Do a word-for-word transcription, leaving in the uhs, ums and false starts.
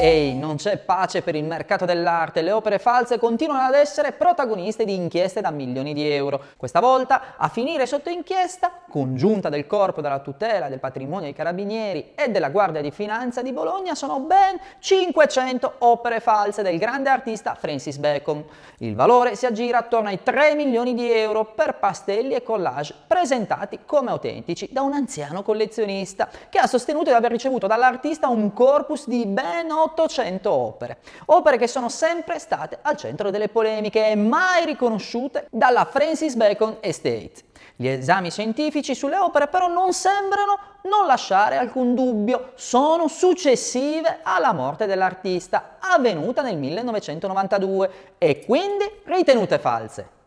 Ehi, non c'è pace per il mercato dell'arte, le opere false continuano ad essere protagoniste di inchieste da milioni di euro. Questa volta, a finire sotto inchiesta, congiunta del Corpo della Tutela del Patrimonio dei Carabinieri e della Guardia di Finanza di Bologna, sono ben cinquecento opere false del grande artista Francis Bacon. Il valore si aggira attorno ai tre milioni di euro per pastelli e collage presentati come autentici da un anziano collezionista che ha sostenuto di aver ricevuto dall'artista un corpus di ben ottocento opere. Opere che sono sempre state al centro delle polemiche e mai riconosciute dalla Francis Bacon Estate. Gli esami scientifici sulle opere però non sembrano non lasciare alcun dubbio, sono successive alla morte dell'artista, avvenuta nel millenovecentonovantadue, e quindi ritenute false.